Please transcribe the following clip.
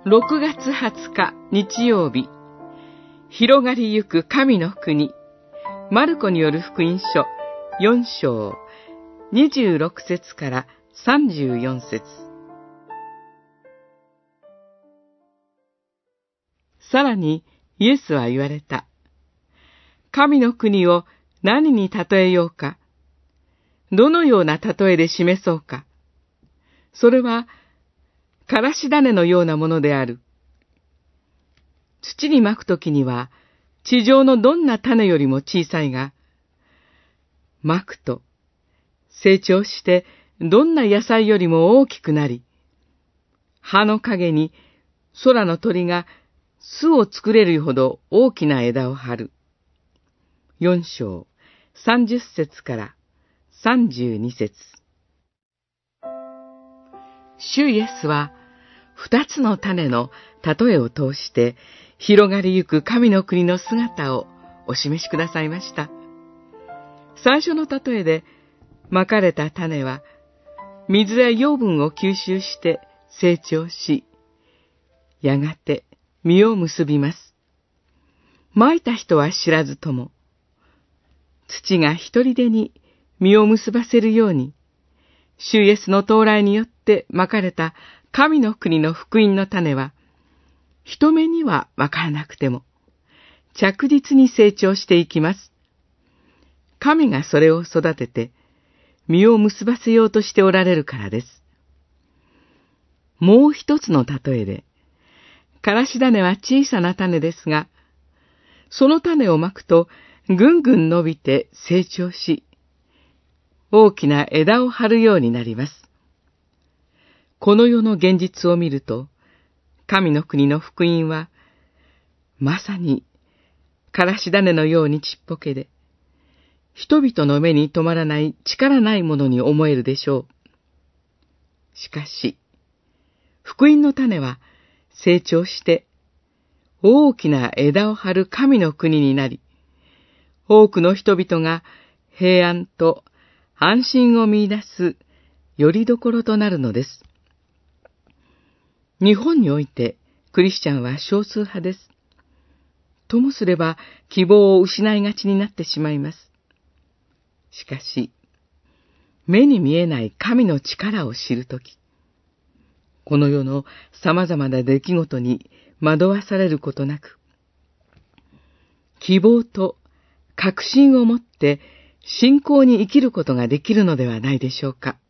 6月20日日曜日、広がりゆく神の国、マルコによる福音書4章26節から34節。さらにイエスは言われた。神の国を何に例えようか。どのような例えで示そうか。それは、からし種のようなものである。土にまくときには、地上のどんな種よりも小さいが、まくと、成長してどんな野菜よりも大きくなり、葉の陰に空の鳥が巣を作れるほど大きな枝を張る。4章30節から32節。主イエスは二つの種の例えを通して広がりゆく神の国の姿をお示しくださいました。最初の例えでまかれた種は水や養分を吸収して成長し、やがて実を結びます。まいた人は知らずとも、土が一人でに実を結ばせるように、主イエスの到来によってまかれた神の国の福音の種は、人目にはわからなくても、着実に成長していきます。神がそれを育てて、実を結ばせようとしておられるからです。もう一つの例えで、からし種は小さな種ですが、その種をまくと、ぐんぐん伸びて成長し、大きな枝を張るようになります。この世の現実を見ると、神の国の福音は、まさに、からし種のようにちっぽけで、人々の目に留まらない力ないものに思えるでしょう。しかし、福音の種は成長して、大きな枝を張る神の国になり、多くの人々が平安と安心を見出す拠り所となるのです。日本においてクリスチャンは少数派です。ともすれば希望を失いがちになってしまいます。しかし、目に見えない神の力を知るとき、この世の様々な出来事に惑わされることなく、希望と確信を持って信仰に生きることができるのではないでしょうか。